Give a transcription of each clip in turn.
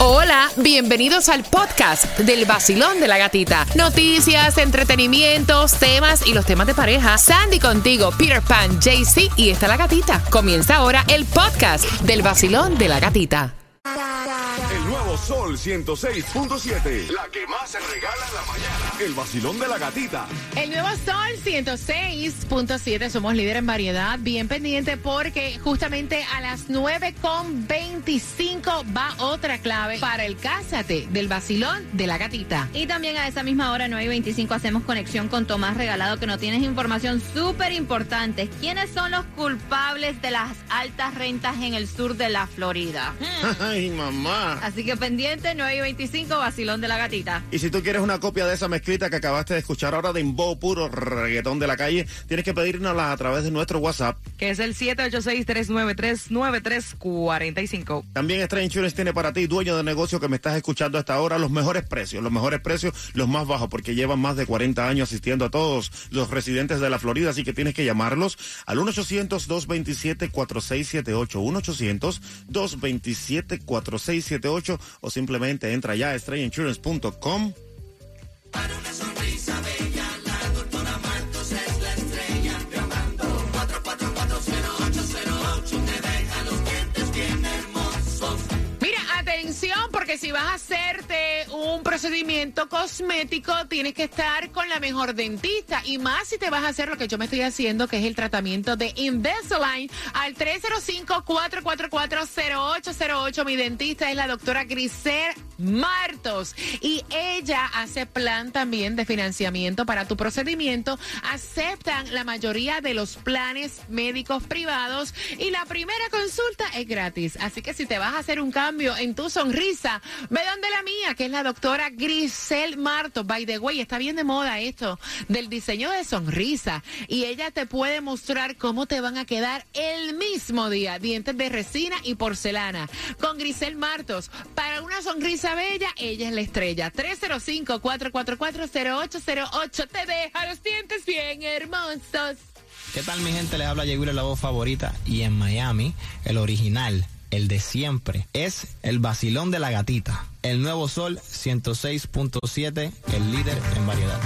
Hola, bienvenidos al podcast del Vacilón de la Gatita. Noticias, entretenimientos, temas y los temas de pareja. Sandy contigo, Peter Pan, JC y está la gatita. Comienza ahora el podcast del Vacilón de la Gatita. El nuevo Sol 106.7. La que más se regala en la mañana. El Vacilón de la Gatita. El nuevo Sol 106.7. Somos líder en variedad. Bien pendiente porque justamente a las 9:25 va otra clave para el Cásate del Vacilón de la Gatita. Y también a esa misma hora, 9:25, hacemos conexión con Tomás Regalado, que nos tienes información súper importante. ¿Quiénes son los culpables de las altas rentas en el sur de la Florida? Ay, mamá. Así que pendiente, 9:25, Vacilón de la Gatita. Y si tú quieres una copia de esa mezclita que acabaste de escuchar ahora de Dembow, puro reggaetón de la calle, tienes que pedírnosla a través de nuestro WhatsApp, que es el 786-393-9345. También Stray Insurance tiene para ti, dueño de negocio que me estás escuchando hasta ahora, los mejores precios, los más bajos, porque llevan más de 40 años asistiendo a todos los residentes de la Florida, así que tienes que llamarlos al 1-800-227-4678, 1-800-227-4678, o simplemente entra ya a StrayInsurance.com. Para una sonrisa bella, la doctora Martos es la estrella. Llamando 444-0808, te deja los dientes bien hermosos. Mira, atención, porque si vas a hacerte un procedimiento cosmético, tienes que estar con la mejor dentista. Y más si te vas a hacer lo que yo me estoy haciendo, que es el tratamiento de Invisalign, al 305-444-0808. Mi dentista es la doctora Grisel Martos. Y ella hace plan también de financiamiento para tu procedimiento. Aceptan la mayoría de los planes médicos privados. Y la primera consulta es gratis. Así que si te vas a hacer un cambio en tu sonrisa, ve donde la mía, que es la doctora Grisel Martos. By the way, está bien de moda esto del diseño de sonrisa, y ella te puede mostrar cómo te van a quedar el mismo día. Dientes de resina y porcelana con Grisel Martos. Para una sonrisa bella, ella es la estrella. 305-444-0808. Te deja los dientes bien hermosos. ¿Qué tal, mi gente? Les habla Jay Wheeler, la voz favorita. Y en Miami, el original, el de siempre, es el Vacilón de la Gatita. El nuevo Sol 106.7, el líder en variedad.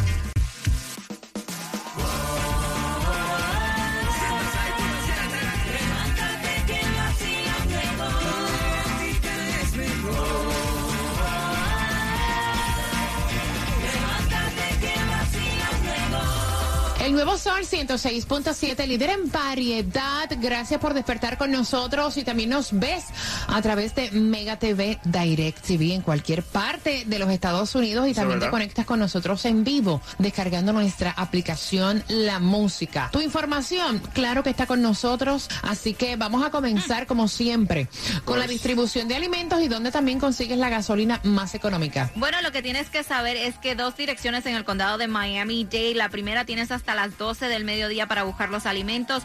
El nuevo Sol 106.7, líder en variedad. Gracias por despertar con nosotros, y también nos ves a través de Mega TV Direct TV en cualquier parte de los Estados Unidos, y también te conectas con nosotros en vivo descargando nuestra aplicación La Música. Tu información, claro que está con nosotros, así que vamos a comenzar como siempre con la distribución de alimentos y donde también consigues la gasolina más económica. Bueno, lo que tienes que saber es que 2 direcciones en el condado de Miami-Dade. La primera tienes hasta las 12 del mediodía para buscar los alimentos,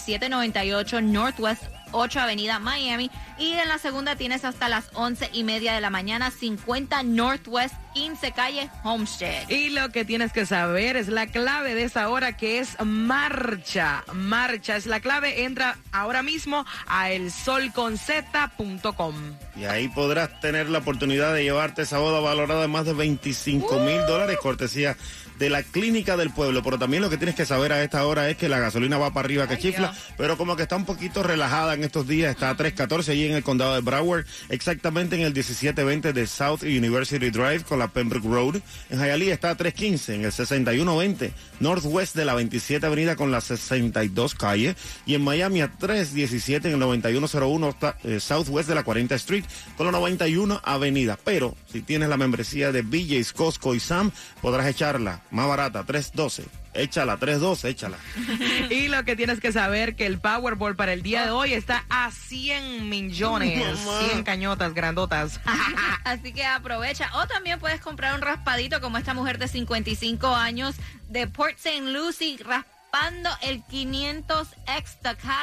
4798 Northwest 8 Avenida Miami, y en la segunda tienes hasta las 11:30 de la mañana, 50 Northwest 15 Calle Homestead. Y lo que tienes que saber es la clave de esa hora, que es marcha. Marcha es la clave. Entra ahora mismo a elsolconz.com. Y ahí podrás tener la oportunidad de llevarte esa boda valorada en más de $25,000, cortesía de la Clínica del Pueblo. Pero también lo que tienes que saber a esta hora es que la gasolina va para arriba que chifla, Dios. pero como que está un poquito relajada en estos días. Está a 3.14 allí en el condado de Broward, exactamente en el 1720 de South University Drive con la Pembroke Road. En Hialeah está a 3.15 en el 6120 Northwest de la 27 Avenida con la 62 Calle. Y en Miami a 3.17 en el 9101 Southwest de la 40 Street con la 91 Avenida. Pero si tienes la membresía de BJ's, Costco y Sam, podrás echarla más barata, 3.12. Échala, 3-2, échala. Y lo que tienes que saber, que el Powerball para el día de hoy está a 100 millones. 100 cañotas grandotas. Así que aprovecha. O también puedes comprar un raspadito como esta mujer de 55 años de Port St. Lucie, raspando el 500 extra cash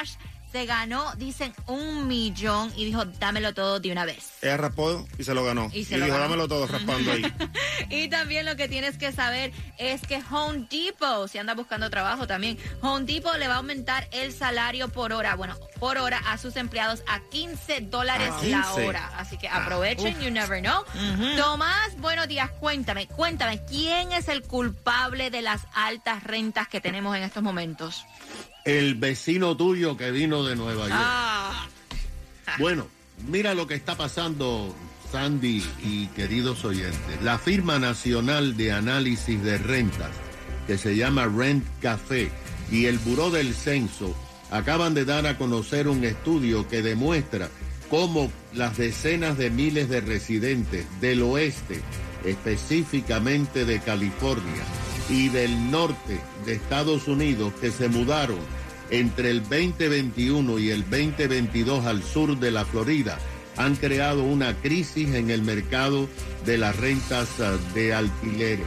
se ganó, dicen, 1 millón y dijo, dámelo todo de una vez. Ella raspó y se lo ganó. Y Y, se lo dijo, ganó. dámelo todo raspando ahí. Y también lo que tienes que saber es que Home Depot, si andas buscando trabajo también, Home Depot le va a aumentar el salario por hora, bueno, por hora a sus empleados a $15 la 15. hora. Así que aprovechen, you never know. Tomás, buenos días, cuéntame, ¿quién es el culpable de las altas rentas que tenemos en estos momentos? El vecino tuyo que vino de Nueva York. Bueno, mira lo que está pasando, Sandy y queridos oyentes. La firma nacional de análisis de rentas, que se llama Rent Café, y el Buró del Censo acaban de dar a conocer un estudio que demuestra cómo las decenas de miles de residentes del oeste, específicamente de California, y del norte de Estados Unidos que se mudaron entre el 2021 y el 2022 al sur de la Florida, han creado una crisis en el mercado de las rentas de alquileres,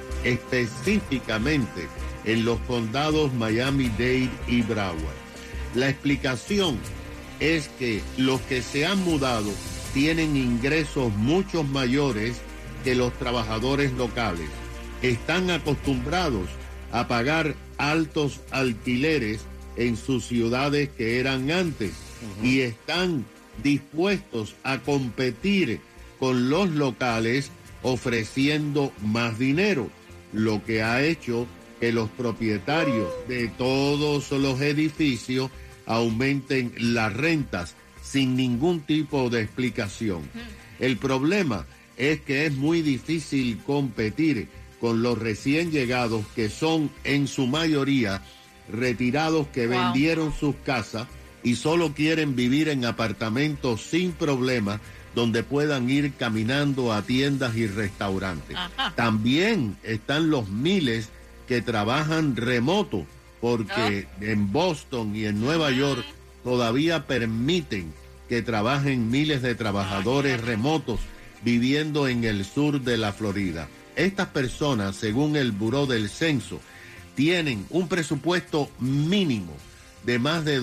específicamente en los condados Miami-Dade y Broward. La explicación es que los que se han mudado tienen ingresos mucho mayores que los trabajadores locales. Están acostumbrados a pagar altos alquileres en sus ciudades que eran antes y están dispuestos a competir con los locales ofreciendo más dinero, lo que ha hecho que los propietarios de todos los edificios aumenten las rentas sin ningún tipo de explicación. El problema es que es muy difícil competir con los recién llegados, que son en su mayoría retirados que vendieron sus casas y solo quieren vivir en apartamentos sin problemas donde puedan ir caminando a tiendas y restaurantes. También están los miles que trabajan remoto, porque en Boston y en Nueva York todavía permiten que trabajen miles de trabajadores remotos viviendo en el sur de la Florida. Estas personas, según el Buró del Censo, tienen un presupuesto mínimo de más de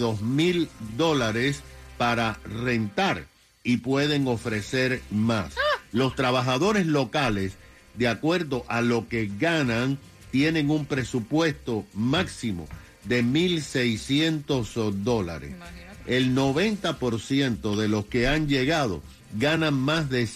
$2,000 para rentar y pueden ofrecer más. Los trabajadores locales, de acuerdo a lo que ganan, tienen un presupuesto máximo de $1,600. El 90% de los que han llegado ganan más de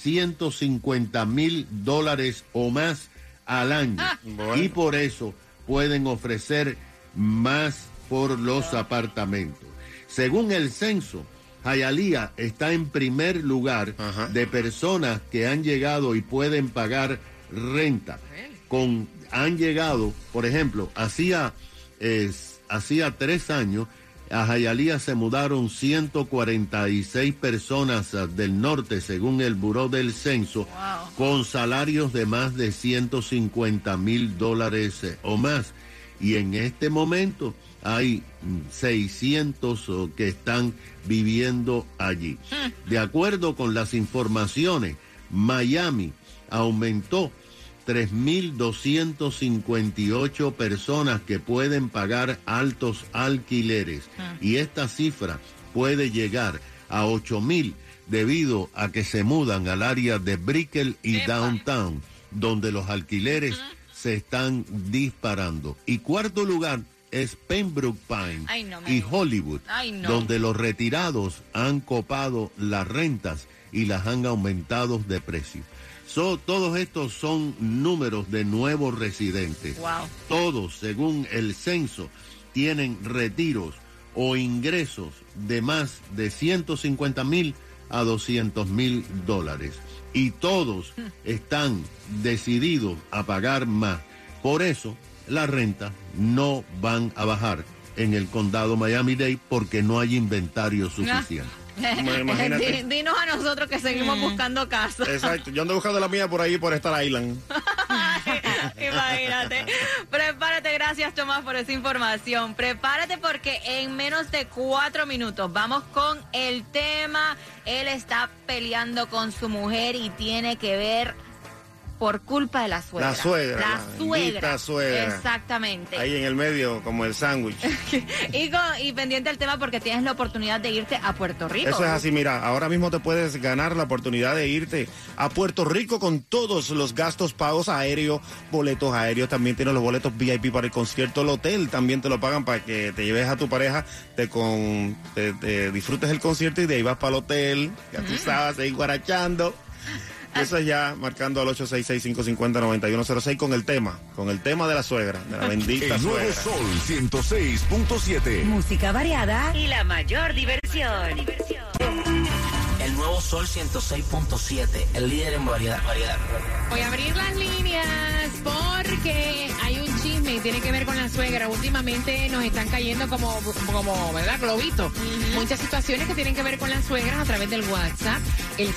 $150,000 o más al año. Y por eso pueden ofrecer más por los apartamentos. Según el censo, Hialeah está en primer lugar de personas que han llegado y pueden pagar renta. Han llegado, por ejemplo, hacía 3 años, a Hialeah se mudaron 146 personas del norte, según el Buró del Censo, con salarios de más de $150,000 o más. Y en este momento hay 600 que están viviendo allí. De acuerdo con las informaciones, Miami aumentó 3,258 personas que pueden pagar altos alquileres, y esta cifra puede llegar a 8,000 debido a que se mudan al área de Brickell y Downtown, donde los alquileres se están disparando. Y cuarto lugar es Pembroke Pines y Hollywood, donde los retirados han copado las rentas y las han aumentado de precio. Todos estos son números de nuevos residentes. Todos, según el censo, tienen retiros o ingresos de más de $150,000 a $200,000. Y todos están decididos a pagar más. Por eso, las rentas no van a bajar en el condado Miami-Dade, porque no hay inventario suficiente. Imagínate. Dinos a nosotros que seguimos buscando casas. Exacto, yo ando buscando la mía por ahí, por Star Island. Imagínate. Prepárate, gracias Tomás por esa información. Prepárate porque en menos de 4 minutos vamos con el tema. Él está peleando con su mujer y tiene que ver por culpa de la suegra. La suegra. La bendita suegra. Exactamente. Ahí en el medio, como el sándwich. Y pendiente el tema porque tienes la oportunidad de irte a Puerto Rico. Eso es así, mira, ahora mismo te puedes ganar la oportunidad de irte a Puerto Rico con todos los gastos pagos aéreos, boletos aéreos, también tienes los boletos VIP para el concierto, el hotel también te lo pagan para que te lleves a tu pareja, te disfrutes el concierto y de ahí vas para el hotel, ya tú sabes, ahí guarachando. Eso es ya marcando al 866-550-9106 con el tema de la suegra, de la bendita El nuevo suegra. Sol 106.7. Música variada y la mayor diversión. El nuevo Sol 106.7, el líder en variedad. Voy a abrir las líneas porque hay un chisme y tiene que ver con la suegra. Últimamente nos están cayendo como ¿verdad? Globitos. Muchas situaciones que tienen que ver con las suegras a través del WhatsApp. El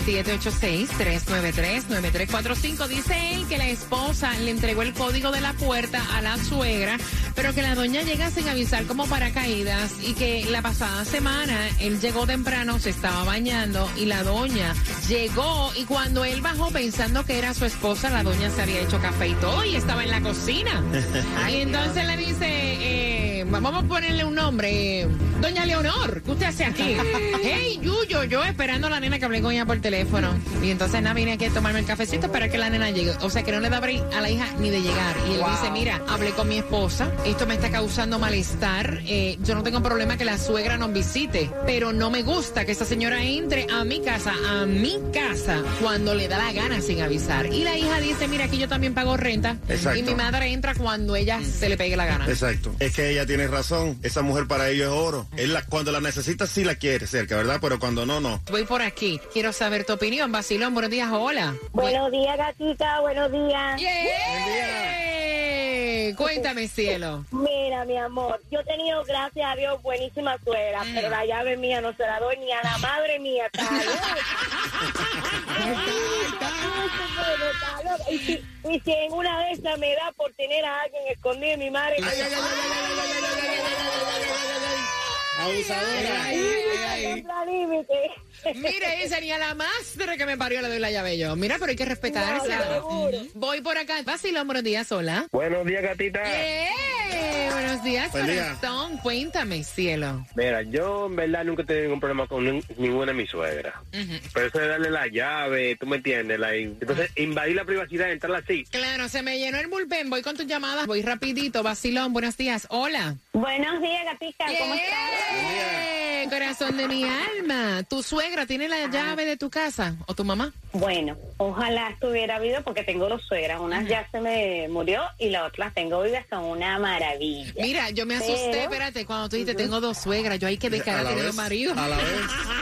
786-393-9345. Dice él que la esposa le entregó el código de la puerta a la suegra, pero que la doña llega sin avisar como paracaídas y que la pasada semana él llegó temprano, se estaba bañando y la doña llegó y cuando él bajó pensando que era su esposa, la doña se había hecho café y todo y estaba en la cocina. Y entonces le dice, vamos a ponerle un nombre, doña Leonor, ¿qué usted hace aquí? Hey, Yuyo, yo esperando a la nena que hablé con ella por teléfono. Y entonces nada, vine aquí a tomarme el cafecito para que la nena llegue. O sea que no le da break a la hija ni de llegar. Y él dice, mira, hablé con mi esposa, esto me está causando malestar, yo no tengo problema que la suegra nos visite, pero no me gusta que esa señora entre a mi casa, cuando le da la gana sin avisar. Y la hija dice, mira, aquí yo también pago renta. Exacto. Y mi madre entra cuando ella se le pegue la gana. Exacto. Es que ella tiene razón. Esa mujer para ellos es oro. Cuando la necesita sí la quiere cerca, ¿verdad? Pero cuando no, no. Voy por aquí. Quiero saber tu opinión. Vacilón, buenos días, hola. Buenos días, gatita, buenos días. Yeah. Cuéntame, cielo. Mira, mi amor, yo he tenido, gracias a Dios, buenísima suegra, pero la llave mía no se la doy ni a la madre mía. Y si en una de esas me da por tener a alguien escondido en mi madre. Abusadora. Mira, esa ni a la madre que me parió le doy la llave yo. Mira, pero hay que respetarse. Voy por acá. Vacilón, buenos días, hola. Buenos días, gatita. Buenos días, Buen día. corazón. Cuéntame, cielo. Mira, yo en verdad nunca he tenido ningún problema con ninguna de mis suegras. Pero eso de darle la llave, tú me entiendes, entonces invadir la privacidad, entrar así. Claro, se me llenó el bullpen. Voy con tus llamadas. Voy rapidito. Vacilón, buenos días. Hola. Buenos días, gatita. ¿Cómo estás? Corazón de mi alma. ¿Tu suegra tiene la llave de tu casa o tu mamá? Bueno, ojalá estuviera vivo porque tengo dos suegras. Una ya se me murió y la otra las tengo vivas, son una maravilla. Mira, yo me asusté, espérate, cuando tú dijiste tengo dos suegras. Yo hay que descargar tener un marido. A la vez.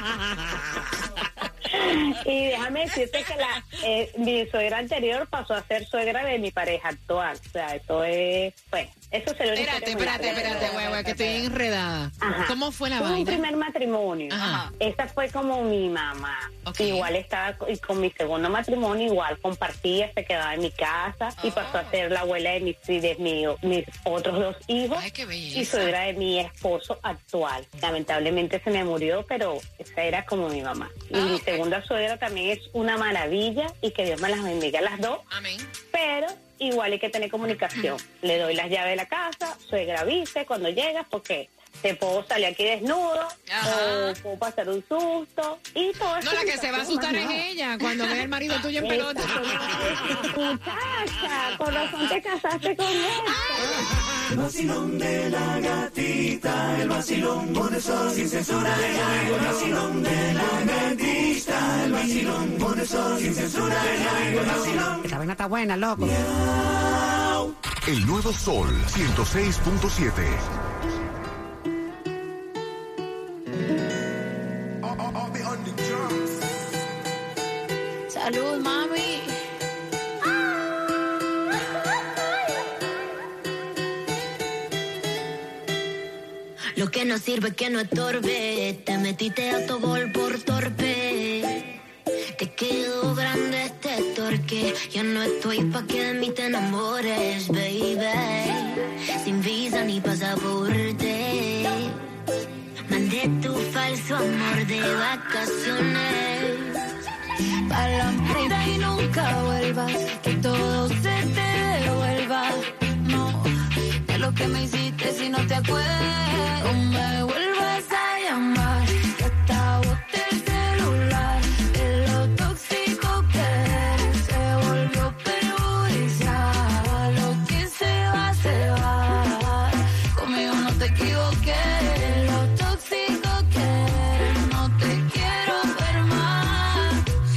Y déjame decirte que mi suegra anterior pasó a ser suegra de mi pareja actual. O sea, eso es, pues, eso se lo Espérate, güey, que estoy enredada. Ajá. ¿Cómo fue la Fue vaina? un primer matrimonio. Ajá. Esa fue como mi mamá. Okay. Igual estaba y con mi segundo matrimonio, igual compartía, se quedaba en mi casa y pasó a ser la abuela de mis otros dos hijos. Ay, qué belleza. Y suegra de mi esposo actual. Lamentablemente se me murió, pero esa era como mi mamá. Y mi segunda suegra también es una maravilla y que Dios me las bendiga a las dos. Amén. Pero igual hay que tener comunicación. Le doy las llaves de la casa, suegra avise cuando llegas porque te puedo salir aquí desnudo o puedo pasar un susto y todo eso. No, la que se va a asustar es ella cuando ve al marido tuyo en pelota. Muchacha, con razón te casaste con él. El vacilón de la gatita, el vacilón por eso sin censura. El vacilón de la gatita, el vacilón por eso sin censura. El vacilón. Esa vaina está buena, loco. El nuevo Sol 106.7. Salud, mami. Lo que no sirve que no estorbe. Te metiste a tu gol por torpe. Te quedó grande este torque. Ya no estoy pa' que de mí te enamores, baby. Sin visa ni pasaporte. Mandé tu falso amor de vacaciones. pa' la mierda y nunca vuelvas, que todo se te devuelva. No, de lo que me hiciste si no te acuerdas. No me vuelvas a llamar, que hasta boté el celular. De lo tóxico que eres, se volvió perjudicial. Lo que se va, se va. Conmigo no te equivoqué. De lo tóxico que eres, no te quiero ver más.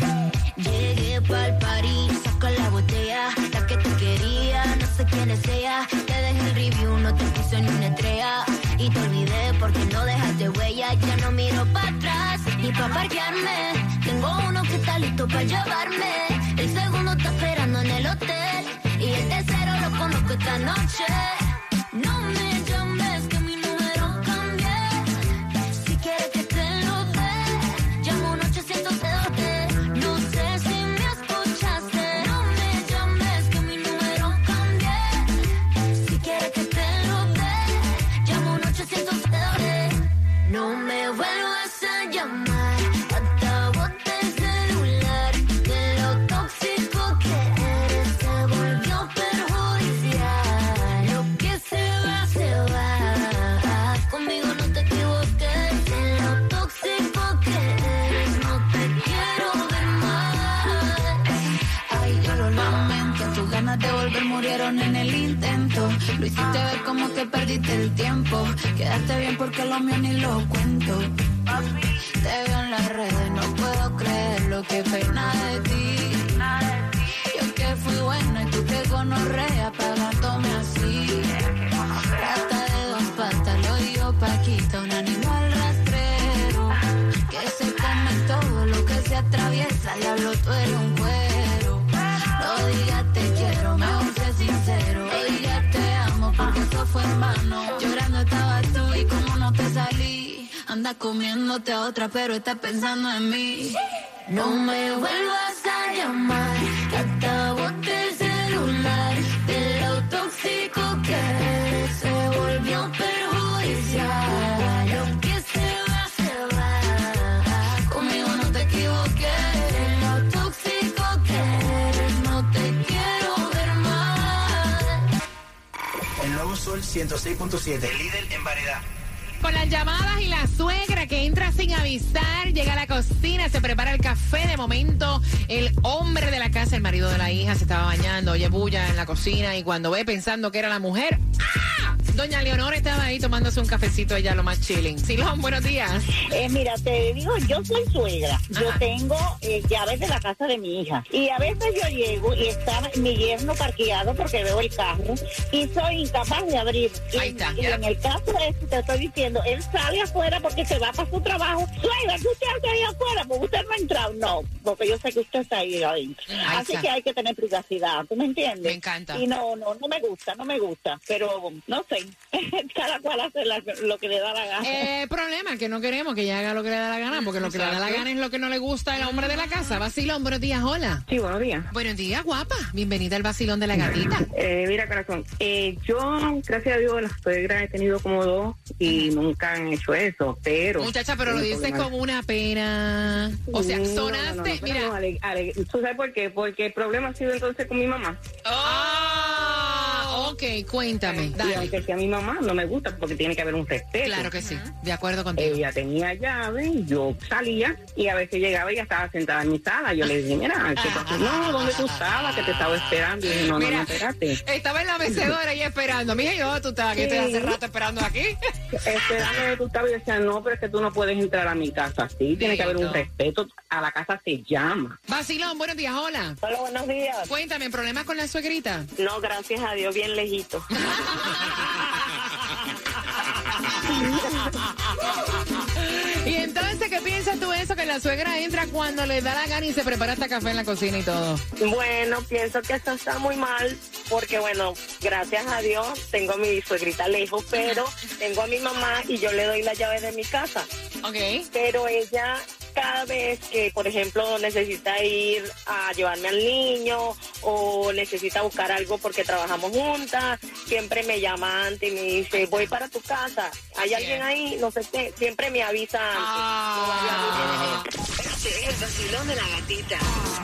Llegué pa'l party, saco la botella, la que te quería, no sé quién es ella. Te dejé el review, no te puse ni una estrella. Y te olvidé porque no dejaste huella. Ya no miro para atrás ni pa' parquearme. Tengo uno que está listo para llevarme. El segundo está esperando en el hotel. Y el tercero lo conozco esta noche. No me llames que mi número cambié. Si quieres que te lo dé, llamo un 800 de. No sé si me escuchaste. No me llames que mi número cambié. Si quieres que te lo dé, llamo un 800 de. No me vuelvas a llamar, hasta boté el celular. De lo tóxico que eres, se volvió perjudicial. Lo que se va, se va. Conmigo no te equivoques. De lo tóxico que eres, no te quiero ver más. Ay, yo lo lamento, tus ganas de volver murieron en el intento. Lo hiciste ver como que perdiste el tiempo. Quedaste bien porque lo mío ni lo cuento. Te veo en las redes, no puedo creer lo que fue nada de ti. Yo que fui buena y tú que gonorrea pagándome así. Rata de dos patas, lo digo Paquita, un animal rastrero que se come todo lo que se atraviesa. Diablo, tú eres un cuero. No digas te quiero, mejor sé sincero. No digas te amo porque eso fue en vano. Llorando estabas tú y como no te salí. Anda comiéndote a otra pero estás pensando en mí. No me vuelvas a llamar, que hasta boté el celular. De lo tóxico que eres, se volvió perjudicial. Lo que se va, se va. Conmigo no te equivoques. De lo tóxico que eres, no te quiero ver más. El nuevo Sol 106.7, líder en variedad. Con las llamadas y la suegra que entra sin avisar, llega a la cocina, se prepara el café. De momento, el hombre de la casa, el marido de la hija, se estaba bañando, oye bulla en la cocina y cuando ve pensando que era la mujer, ¡ah! Doña Leonor estaba ahí tomándose un cafecito, ella lo más chilling. Silón, buenos días. Mira, te digo, yo soy suegra. Yo tengo llaves de la casa de mi hija. Y a veces yo llego y está mi yerno parqueado porque veo el carro y soy incapaz de abrir. Ahí está. Y en el caso de eso te estoy diciendo, él sale afuera porque se va para su trabajo. Suegra, ¿qué usted hace ahí afuera? Porque usted no ha entrado. No, porque yo sé que usted está ahí adentro. Así que hay que tener privacidad, ¿tú me entiendes? Me encanta. Y no me gusta. Pero no sé, cada cual hace lo que le da la gana. Problema, que no queremos que ella haga lo que le da la gana, porque lo que le da la gana es lo que no le gusta al hombre de la casa. Vacilón, buenos días, hola. Sí, buenos días. Buenos días, guapa. Bienvenida al vacilón de la gatita. Mira, corazón, yo, gracias a Dios, las suegras he tenido como dos y nunca han hecho eso, pero... Muchacha, pero lo dices con una pena. O sea, sonaste, mira... No, Ale, ¿tú sabes por qué? Porque el problema ha sido entonces con mi mamá. Ok, cuéntame. Y aunque sea mi mamá, no me gusta porque tiene que haber un respeto. Claro que sí, de acuerdo contigo. Ella tenía llave, yo salía y a veces llegaba y ya estaba sentada en mi sala. Yo le dije, mira, ¿qué pasó? No, ¿dónde tú estabas? Que te estaba esperando. Y dije, no, espérate. Estaba en la mecedora y esperando. Mija, yo, tú estabas aquí, estoy hace rato esperando aquí. Esperando que tú estabas y decía, no, pero es que tú no puedes entrar a mi casa así. Tiene que haber un respeto. A la casa se llama. Vacilón, buenos días, hola. Hola, buenos días. Cuéntame, ¿problemas con la suegrita? No, gracias a Dios, bien lejito. Y entonces, ¿qué piensas tú de eso? Que la suegra entra cuando le da la gana y se prepara hasta café en la cocina y todo. Bueno, pienso que eso está muy mal, porque bueno, gracias a Dios tengo a mi suegrita lejos, pero tengo a mi mamá y yo le doy la llave de mi casa. Ok. Pero ella cada vez que, por ejemplo, necesita ir a llevarme al niño o necesita buscar algo porque trabajamos juntas, siempre me llama antes y me dice, voy para tu casa, ¿hay alguien ahí? No sé qué, siempre me avisa antes. Este es el vacilón de la gatita.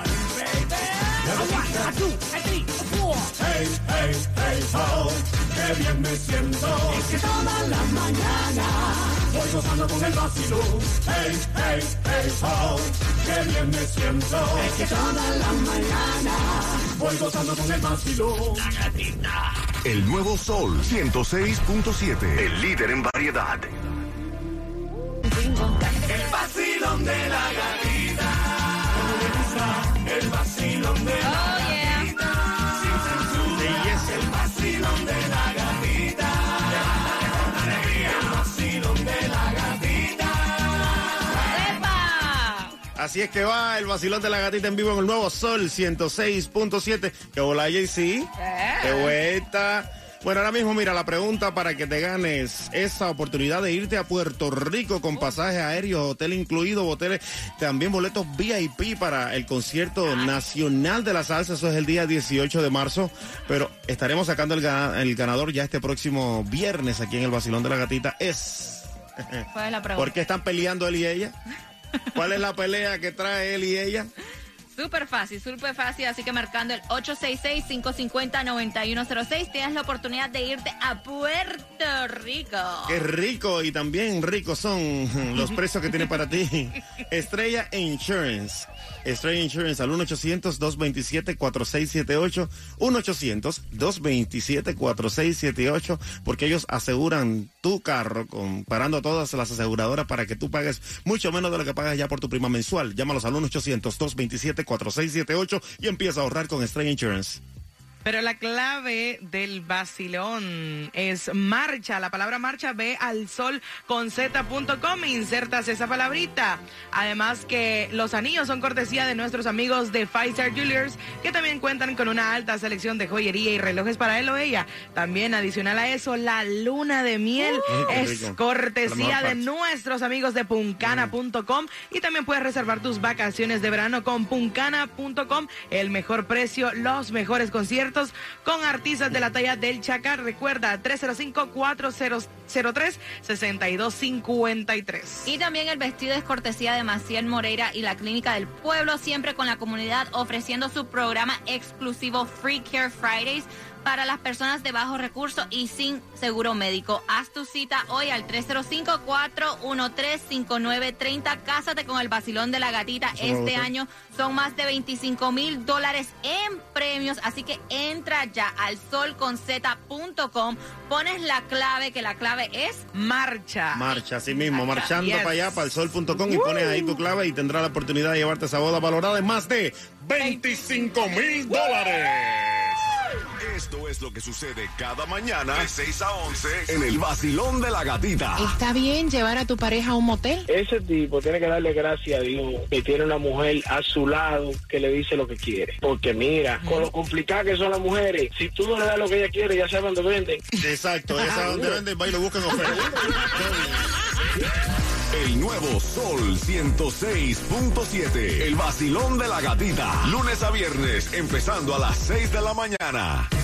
Hey, hey, hey, ho, qué bien me siento. Es que toda la mañana voy gozando con el vacilón. Hey, hey, hey, ho, qué bien me siento. Es que toda la mañana voy gozando con el vacilón. La gatita. El nuevo Sol 106.7, el líder en variedad. El vacilón de la gatita. El vacilón de la gatita. Sin censura. El vacilón de la gatita. Levántate con alegría. El vacilón de la gatita. ¡Epa! Así es que va el vacilón de la gatita en vivo en el nuevo Sol 106.7. Que hola, JC. Qué vuelta. Bueno, ahora mismo, mira, la pregunta para que te ganes esa oportunidad de irte a Puerto Rico con pasajes aéreos, hotel incluido, hoteles, también boletos VIP para el concierto nacional de la salsa. Eso es el día 18 de marzo, pero estaremos sacando el ganador ya este próximo viernes aquí en el vacilón de la gatita. ¿Cuál es la pregunta? ¿Por qué están peleando él y ella? ¿Cuál es la pelea que trae él y ella? Súper fácil, así que marcando el 866-550-9106 tienes la oportunidad de irte a Puerto Rico. Qué rico y también ricos son los precios que tiene para ti Estrella Insurance. Estrella Insurance al 1-800-227-4678, 1-800-227-4678, porque ellos aseguran tu carro comparando a todas las aseguradoras para que tú pagues mucho menos de lo que pagas ya por tu prima mensual. Llámalos al 1-800-227-4678 y empieza a ahorrar con Estrella Insurance. Pero la clave del vacilón es marcha. La palabra marcha, ve al solconz.com e insertas esa palabrita. Además que los anillos son cortesía de nuestros amigos de Five Star Jewelers, que también cuentan con una alta selección de joyería y relojes para él o ella. También adicional a eso, la luna de miel es cortesía de nuestros amigos de puncana.com y también puedes reservar tus vacaciones de verano con puncana.com. El mejor precio, los mejores conciertos con artistas de la talla del Chacar. Recuerda, 305-403-6253. Y también el vestido es cortesía de Maciel Moreira y la Clínica del Pueblo, siempre con la comunidad ofreciendo su programa exclusivo Free Care Fridays para las personas de bajos recursos y sin seguro médico. Haz tu cita hoy al 305-413-5930. Cásate con el vacilón de la gatita. Este año son más de $25,000 en premios, así que entra ya al solconz.com, pones la clave, que la clave es marcha. Marcha, así mismo, marchando para allá, para el sol.com y pones ahí tu clave y tendrás la oportunidad de llevarte esa boda valorada en más de $25,000. Esto es lo que sucede cada mañana de 6 a 11 en el vacilón de la gatita. ¿Está bien llevar a tu pareja a un motel? Ese tipo tiene que darle gracias a Dios que tiene una mujer a su lado que le dice lo que quiere. Porque mira, con lo complicado que son las mujeres, si tú no le das lo que ella quiere, ya saben dónde venden. Exacto, ya saben dónde venden, va y lo buscan oferta. El nuevo Sol 106.7. El vacilón de la gatita. Lunes a viernes, empezando a las 6 de la mañana.